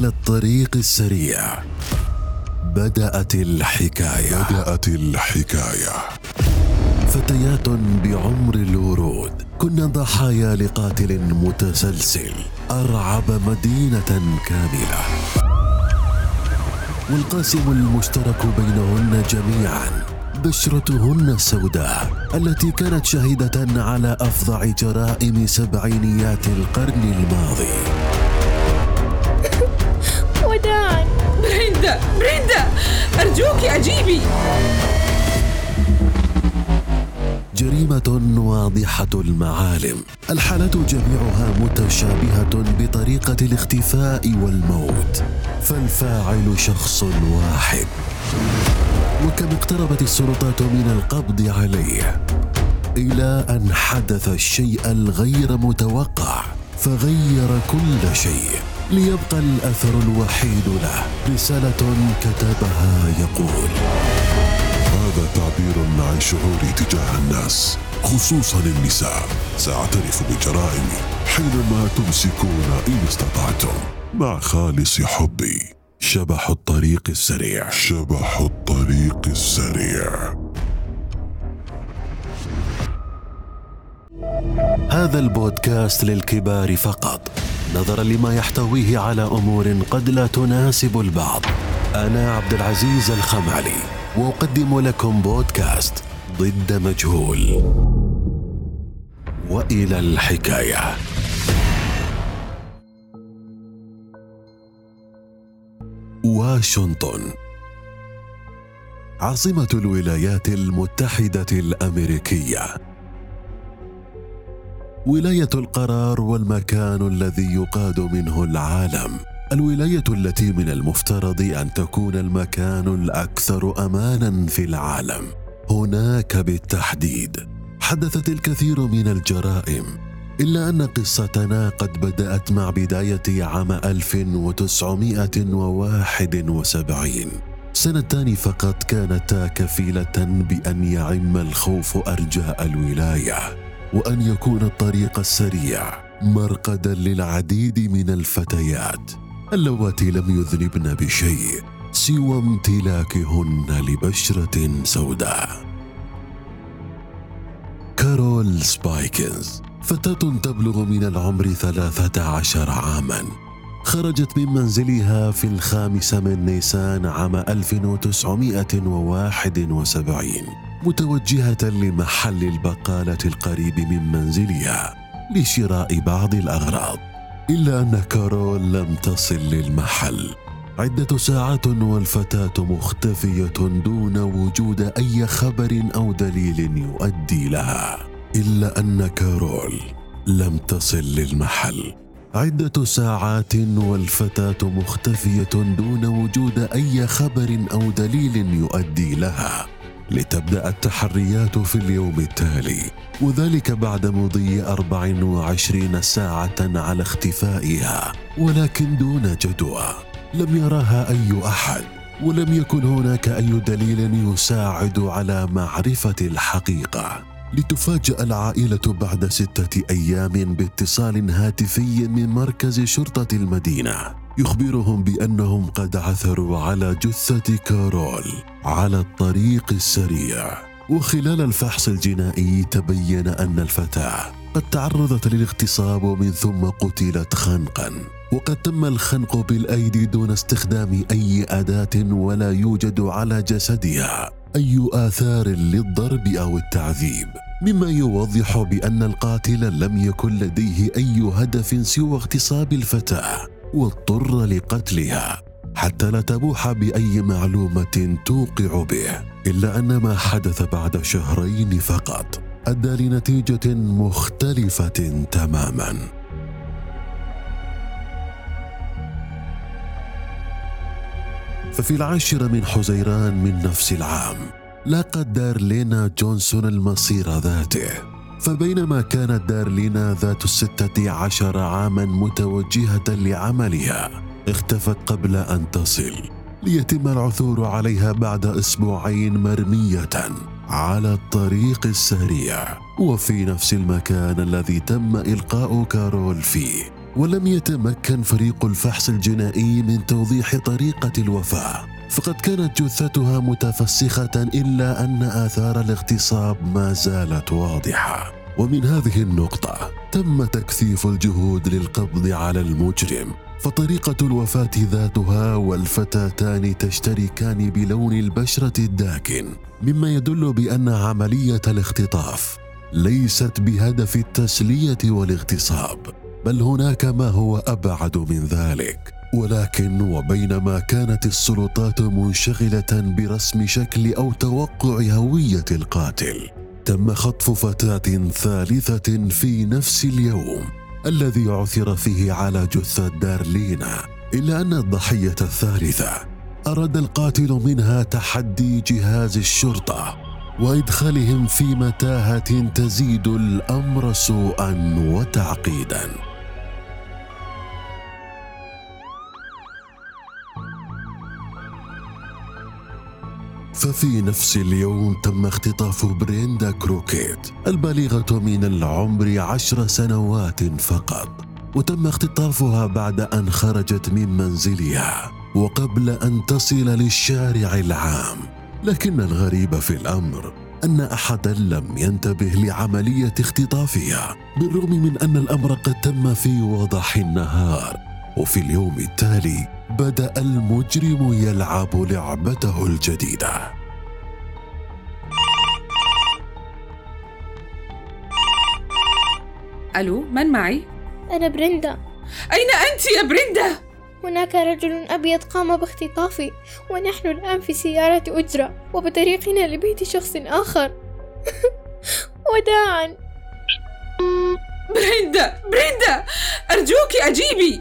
على الطريق السريع. بدأت الحكاية. فتيات بعمر الورود كن ضحايا لقاتل متسلسل أرعب مدينة كاملة، والقاسم المشترك بينهن جميعا بشرتهن السوداء التي كانت شاهدة على أفظع جرائم سبعينيات القرن الماضي. وداعاً بريندا أرجوك أجيبي. جريمة واضحة المعالم، الحالات جميعها متشابهة بطريقة الاختفاء والموت، فالفاعل شخص واحد. وكم اقتربت السلطات من القبض عليه، إلى أن حدث الشيء الغير متوقع فغير كل شيء، ليبقى الأثر الوحيد له رسالة كتبها يقول: هذا تعبير عن شعوري تجاه الناس، خصوصا النساء. سأعترف بجرائمي حينما تمسكون إن استطعتم مع خالص حبي. شبح الطريق السريع. هذا البودكاست للكبار فقط، نظرا لما يحتويه على أمور قد لا تناسب البعض. أنا عبد العزيز الخمعلي، وأقدم لكم بودكاست ضد مجهول. وإلى الحكاية. واشنطن، عاصمة الولايات المتحدة الأمريكية، ولاية القرار والمكان الذي يقاد منه العالم، الولاية التي من المفترض أن تكون المكان الأكثر أماناً في العالم. هناك بالتحديد حدثت الكثير من الجرائم، إلا أن قصتنا قد بدأت مع بداية عام 1971. سنتان فقط كانتا كفيلة بأن يعم الخوف أرجاء الولاية، وأن يكون الطريق السريع مرقداً للعديد من الفتيات اللواتي لم يذنبن بشيء سوى امتلاكهن لبشرة سوداء. كارول سبايكنز، فتاة تبلغ من العمر 13 عاماً، خرجت من منزلها في 5 من نيسان عام 1971 متوجهة لمحل البقالة القريب من منزلها لشراء بعض الأغراض. إلا أن كارول لم تصل للمحل عدة ساعات والفتاة مختفية دون وجود أي خبر أو دليل يؤدي لها. إلا أن كارول لم تصل للمحل عدة ساعات والفتاة مختفية دون وجود أي خبر أو دليل يؤدي لها، لتبدأ التحريات في اليوم التالي، وذلك بعد مضي 24 ساعة على اختفائها، ولكن دون جدوى. لم يراها أي أحد، ولم يكن هناك أي دليل يساعد على معرفة الحقيقة. لتفاجأ العائلة بعد 6 أيام باتصال هاتفي من مركز شرطة المدينة يخبرهم بأنهم قد عثروا على جثة كارول على الطريق السريع. وخلال الفحص الجنائي تبين أن الفتاة قد تعرضت للاغتصاب ومن ثم قتلت خنقا، وقد تم الخنق بالأيدي دون استخدام أي أداة، ولا يوجد على جسدها أي آثار للضرب أو التعذيب، مما يوضح بأن القاتل لم يكن لديه أي هدف سوى اغتصاب الفتاة، واضطر لقتلها حتى لا تبوح بأي معلومة توقع به. إلا أن ما حدث بعد 2 شهرين فقط أدى لنتيجة مختلفة تماما. ففي 10 من حزيران من نفس العام لاقت دارلينا جونسون المصير ذاته. فبينما كانت دارلينا ذات 16 عاما متوجهة لعملها، اختفت قبل أن تصل، ليتم العثور عليها بعد 2 أسبوع مرمية على الطريق السريع، وفي نفس المكان الذي تم إلقاء كارول فيه. ولم يتمكن فريق الفحص الجنائي من توضيح طريقة الوفاة، فقد كانت جثتها متفسخة إلا أن آثار الاغتصاب ما زالت واضحة. ومن هذه النقطة تم تكثيف الجهود للقبض على المجرم، فطريقة الوفاة ذاتها والفتاتان تشتركان بلون البشرة الداكن، مما يدل بأن عملية الاختطاف ليست بهدف التسلية والاغتصاب، بل هناك ما هو أبعد من ذلك. ولكن وبينما كانت السلطات منشغلة برسم شكل أو توقع هوية القاتل، تم خطف فتاة ثالثة في نفس اليوم الذي عثر فيه على جثة دارلينا، إلا أن الضحية الثالثة أراد القاتل منها تحدي جهاز الشرطة وإدخالهم في متاهة تزيد الأمر سوءا وتعقيدا. ففي نفس اليوم تم اختطاف بريندا كروكيت البالغة من العمر 10 سنوات فقط، وتم اختطافها بعد أن خرجت من منزلها وقبل أن تصل للشارع العام. لكن الغريب في الأمر أن أحدا لم ينتبه لعملية اختطافها، بالرغم من أن الأمر قد تم في وضح النهار. وفي اليوم التالي بدأ المجرم يلعب لعبته الجديدة. ألو، من معي؟ أنا بريندا. أين أنت يا بريندا؟ هناك رجل أبيض قام باختطافي، ونحن الآن في سيارة أجرة وبطريقنا لبيت شخص آخر. وداعا. بريندا، أرجوك أجيبي.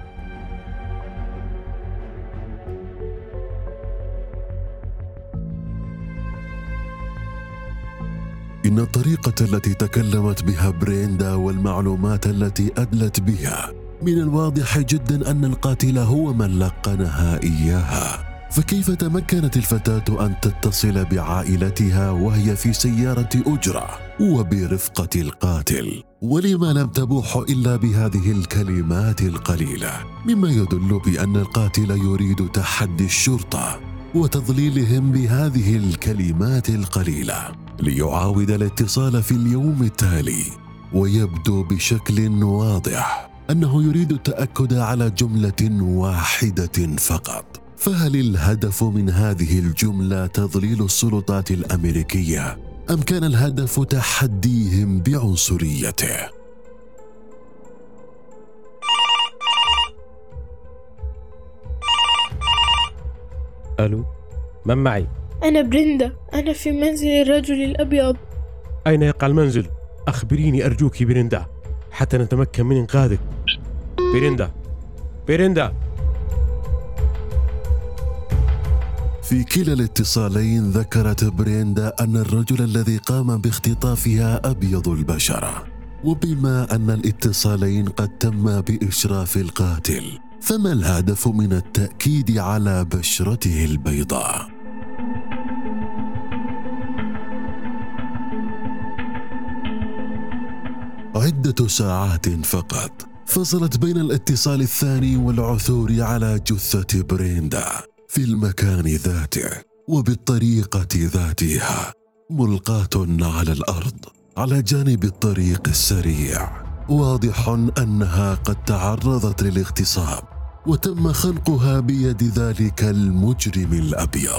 إن الطريقة التي تكلمت بها بريندا والمعلومات التي أدلت بها من الواضح جدا أن القاتل هو من لقنها إياها، فكيف تمكنت الفتاة أن تتصل بعائلتها وهي في سيارة أجرة وبرفقة القاتل؟ ولما لم تبوح إلا بهذه الكلمات القليلة، مما يدل بأن القاتل يريد تحدي الشرطة وتضليلهم بهذه الكلمات القليلة ليعاود الاتصال في اليوم التالي. ويبدو بشكل واضح أنه يريد التأكد على جملة واحدة فقط. فهل الهدف من هذه الجملة تضليل السلطات الأمريكية، أم كان الهدف تحديهم بعنصريته؟ ألو، من معي؟ أنا بريندا، أنا في منزل الرجل الأبيض. أين يقع المنزل؟ أخبريني أرجوك بريندا حتى نتمكن من إنقاذك. بريندا. في كلا الاتصالين ذكرت بريندا أن الرجل الذي قام باختطافها أبيض البشرة، وبما أن الاتصالين قد تما بإشراف القاتل، فما الهدف من التأكيد على بشرته البيضاء؟ عدة ساعات فقط فصلت بين الاتصال الثاني والعثور على جثة بريندا في المكان ذاته وبالطريقة ذاتها، ملقاة على الأرض على جانب الطريق السريع. واضح أنها قد تعرضت للاغتصاب وتم خنقها بيد ذلك المجرم الأبيض.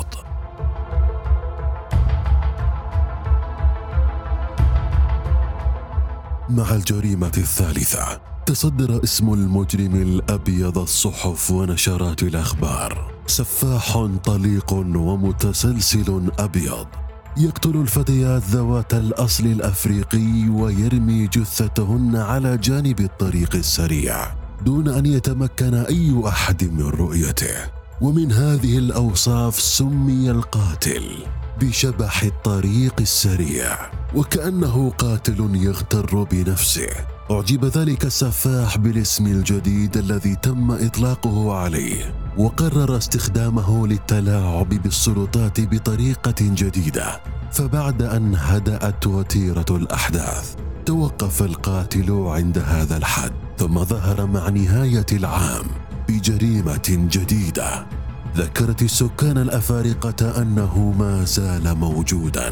مع الجريمة الثالثة تصدر اسم المجرم الأبيض الصحف ونشرات الأخبار. سفاح طليق ومتسلسل أبيض يقتل الفتيات ذوات الأصل الأفريقي ويرمي جثتهن على جانب الطريق السريع دون أن يتمكن أي أحد من رؤيته. ومن هذه الأوصاف سمي القاتل بشبح الطريق السريع، وكأنه قاتل يغتر بنفسه. أعجب ذلك السفاح بالاسم الجديد الذي تم إطلاقه عليه، وقرر استخدامه للتلاعب بالسلطات بطريقة جديدة. فبعد أن هدأت وتيرة الأحداث توقف القاتل عند هذا الحد، ثم ظهر مع نهاية العام بجريمة جديدة ذكرت السكان الأفارقة أنه ما زال موجوداً.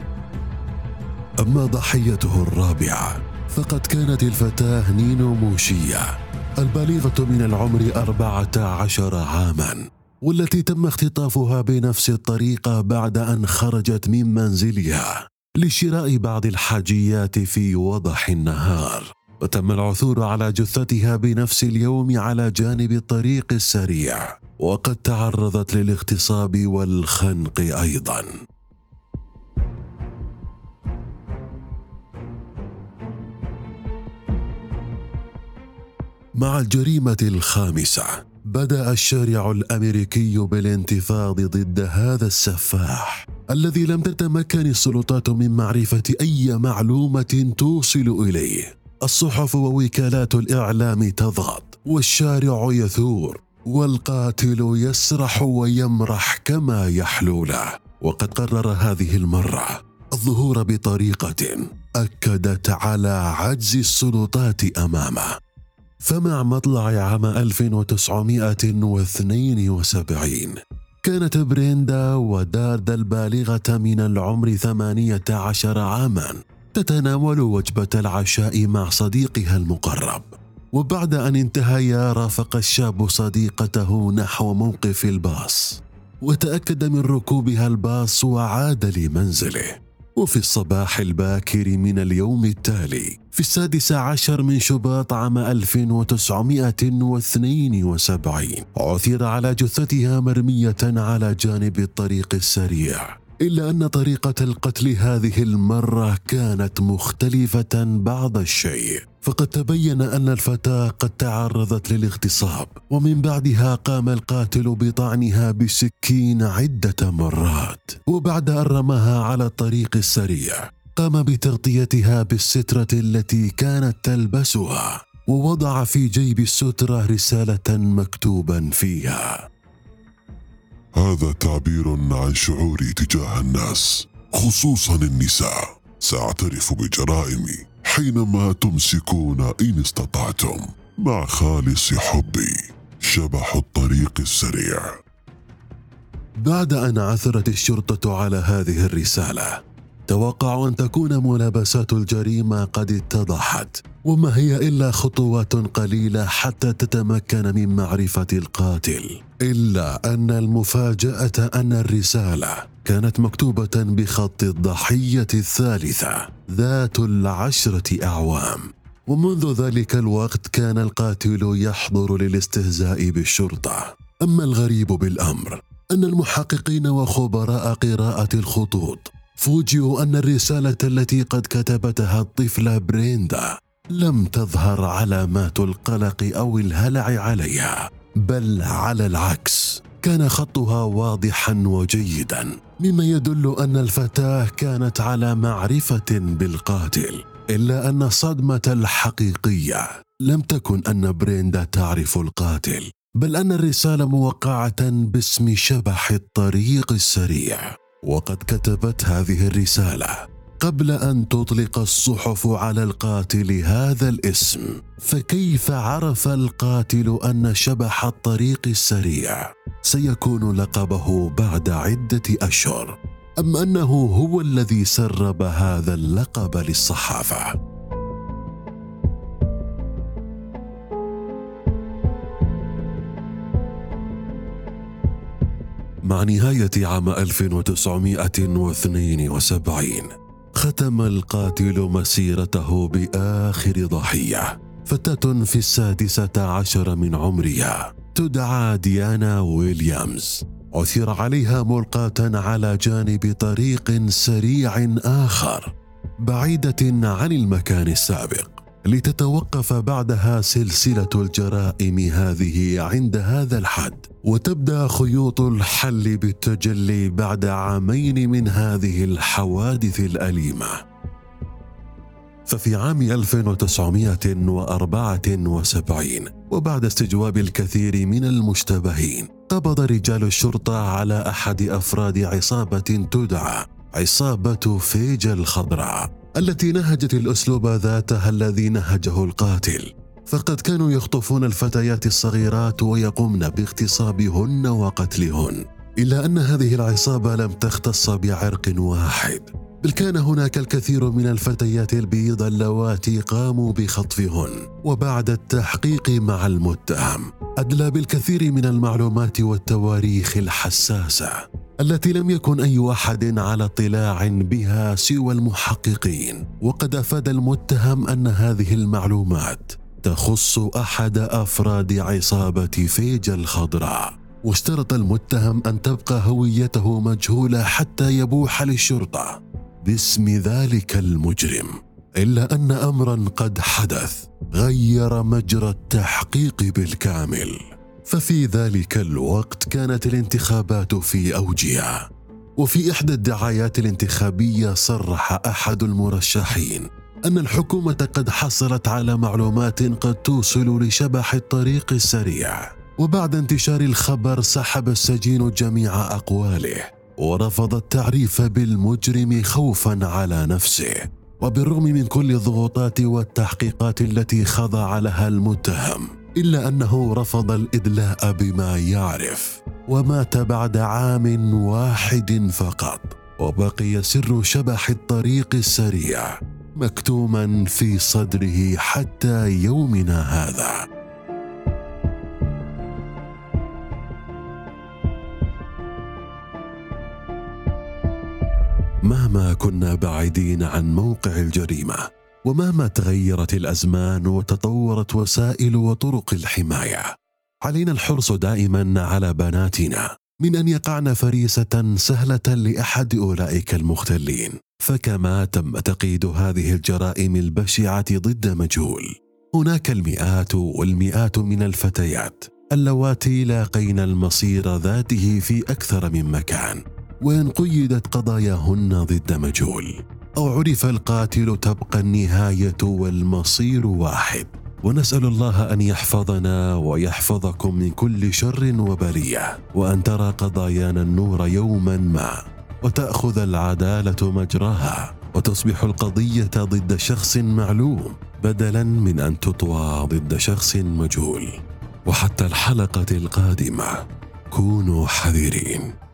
أما ضحيته الرابعة فقد كانت الفتاة نينو موشيا البالغة من العمر 14 عاماً، والتي تم اختطافها بنفس الطريقة بعد أن خرجت من منزلها لشراء بعض الحاجيات في وضح النهار، وتم العثور على جثتها بنفس اليوم على جانب الطريق السريع، وقد تعرضت للاغتصاب والخنق أيضاً. مع الجريمة الخامسة بدأ الشارع الأمريكي بالانتفاض ضد هذا السفاح الذي لم تتمكن السلطات من معرفة أي معلومة توصل إليه. الصحف ووكالات الإعلام تضغط، والشارع يثور، والقاتل يسرح ويمرح كما يحلو له. وقد قرر هذه المرة الظهور بطريقة أكدت على عجز السلطات أمامه. فمع مطلع عام 1972 كانت بريندا وداردا البالغة من العمر 18 عاما تتناول وجبة العشاء مع صديقها المقرب، وبعد أن انتهيا رافق الشاب صديقته نحو موقف الباص، وتأكد من ركوبها الباص وعاد لمنزله. وفي الصباح الباكر من اليوم التالي في 16 من شباط عام 1972 عثر على جثتها مرمية على جانب الطريق السريع، إلا أن طريقة القتل هذه المرة كانت مختلفة بعض الشيء، فقد تبين أن الفتاة قد تعرضت للاغتصاب، ومن بعدها قام القاتل بطعنها بسكين عدة مرات، وبعد أن رماها على الطريق السريع قام بتغطيتها بالسترة التي كانت تلبسها، ووضع في جيب السترة رسالة مكتوبا فيها: هذا تعبير عن شعوري تجاه الناس، خصوصا النساء. سأعترف بجرائمي حينما تمسكون إن استطعتم. مع خالص حبي، شبح الطريق السريع. بعد أن عثرت الشرطة على هذه الرسالة توقعوا أن تكون ملابسات الجريمة قد اتضحت، وما هي إلا خطوات قليلة حتى تتمكن من معرفة القاتل. إلا أن المفاجأة أن الرسالة كانت مكتوبة بخط الضحية الثالثة ذات 10 أعوام، ومنذ ذلك الوقت كان القاتل يحضر للاستهزاء بالشرطة. أما الغريب بالأمر أن المحققين وخبراء قراءة الخطوط فوجئوا أن الرسالة التي قد كتبتها الطفلة بريندا لم تظهر علامات القلق أو الهلع عليها، بل على العكس كان خطها واضحا وجيدا، مما يدل أن الفتاة كانت على معرفة بالقاتل. إلا أن الصدمة الحقيقية لم تكن أن بريندا تعرف القاتل، بل أن الرسالة موقعة باسم شبح الطريق السريع، وقد كتبت هذه الرسالة قبل أن تطلق الصحف على القاتل هذا الاسم. فكيف عرف القاتل أن شبح الطريق السريع سيكون لقبه بعد عدة أشهر، أم أنه هو الذي سرب هذا اللقب للصحافة؟ مع نهاية عام 1972 ختم القاتل مسيرته بآخر ضحية، فتاة في 16 من عمرها تدعى ديانا ويليامز. عثر عليها ملقاة على جانب طريق سريع آخر بعيدة عن المكان السابق، لتتوقف بعدها سلسلة الجرائم هذه عند هذا الحد، وتبدأ خيوط الحل بالتجلي بعد عامين من هذه الحوادث الأليمة. ففي عام 1974 وبعد استجواب الكثير من المشتبهين قبض رجال الشرطة على أحد أفراد عصابة تدعى عصابة فيجا الخضراء، التي نهجت الأسلوب ذاتها الذي نهجه القاتل، فقد كانوا يخطفون الفتيات الصغيرات ويقومن باغتصابهن وقتلهن. إلا أن هذه العصابة لم تختص بعرق واحد، بل كان هناك الكثير من الفتيات البيض اللواتي قاموا بخطفهن. وبعد التحقيق مع المتهم أدلى بالكثير من المعلومات والتواريخ الحساسة التي لم يكن أي أحد على اطلاع بها سوى المحققين. وقد أفاد المتهم أن هذه المعلومات تخص أحد أفراد عصابة فيجا الخضراء، واشترط المتهم أن تبقى هويته مجهولة حتى يبوح للشرطة باسم ذلك المجرم. إلا أن أمرا قد حدث غير مجرى التحقيق بالكامل. ففي ذلك الوقت كانت الانتخابات في أوجها، وفي إحدى الدعايات الانتخابية صرح أحد المرشحين أن الحكومة قد حصلت على معلومات قد توصل لشبح الطريق السريع. وبعد انتشار الخبر سحب السجين جميع أقواله ورفض التعريف بالمجرم خوفا على نفسه. وبالرغم من كل الضغوطات والتحقيقات التي خضع لها المتهم، إلا أنه رفض الإدلاء بما يعرف، ومات بعد عام واحد فقط. وبقي سر شبح الطريق السريع مكتوما في صدره حتى يومنا هذا. مهما كنا بعيدين عن موقع الجريمة، ومهما تغيرت الأزمان وتطورت وسائل وطرق الحماية، علينا الحرص دائما على بناتنا من أن يقعن فريسة سهلة لأحد أولئك المختلين. فكما تم تقييد هذه الجرائم البشعة ضد مجهول، هناك المئات والمئات من الفتيات اللواتي لاقين المصير ذاته في أكثر من مكان، وإن قيدت قضاياهن ضد مجهول أو عرف القاتل تبقى النهاية والمصير واحد. ونسأل الله أن يحفظنا ويحفظكم من كل شر وبلية، وأن ترى قضايانا النور يوما ما، وتأخذ العدالة مجراها، وتصبح القضية ضد شخص معلوم بدلا من أن تطوى ضد شخص مجهول. وحتى الحلقة القادمة كونوا حذرين.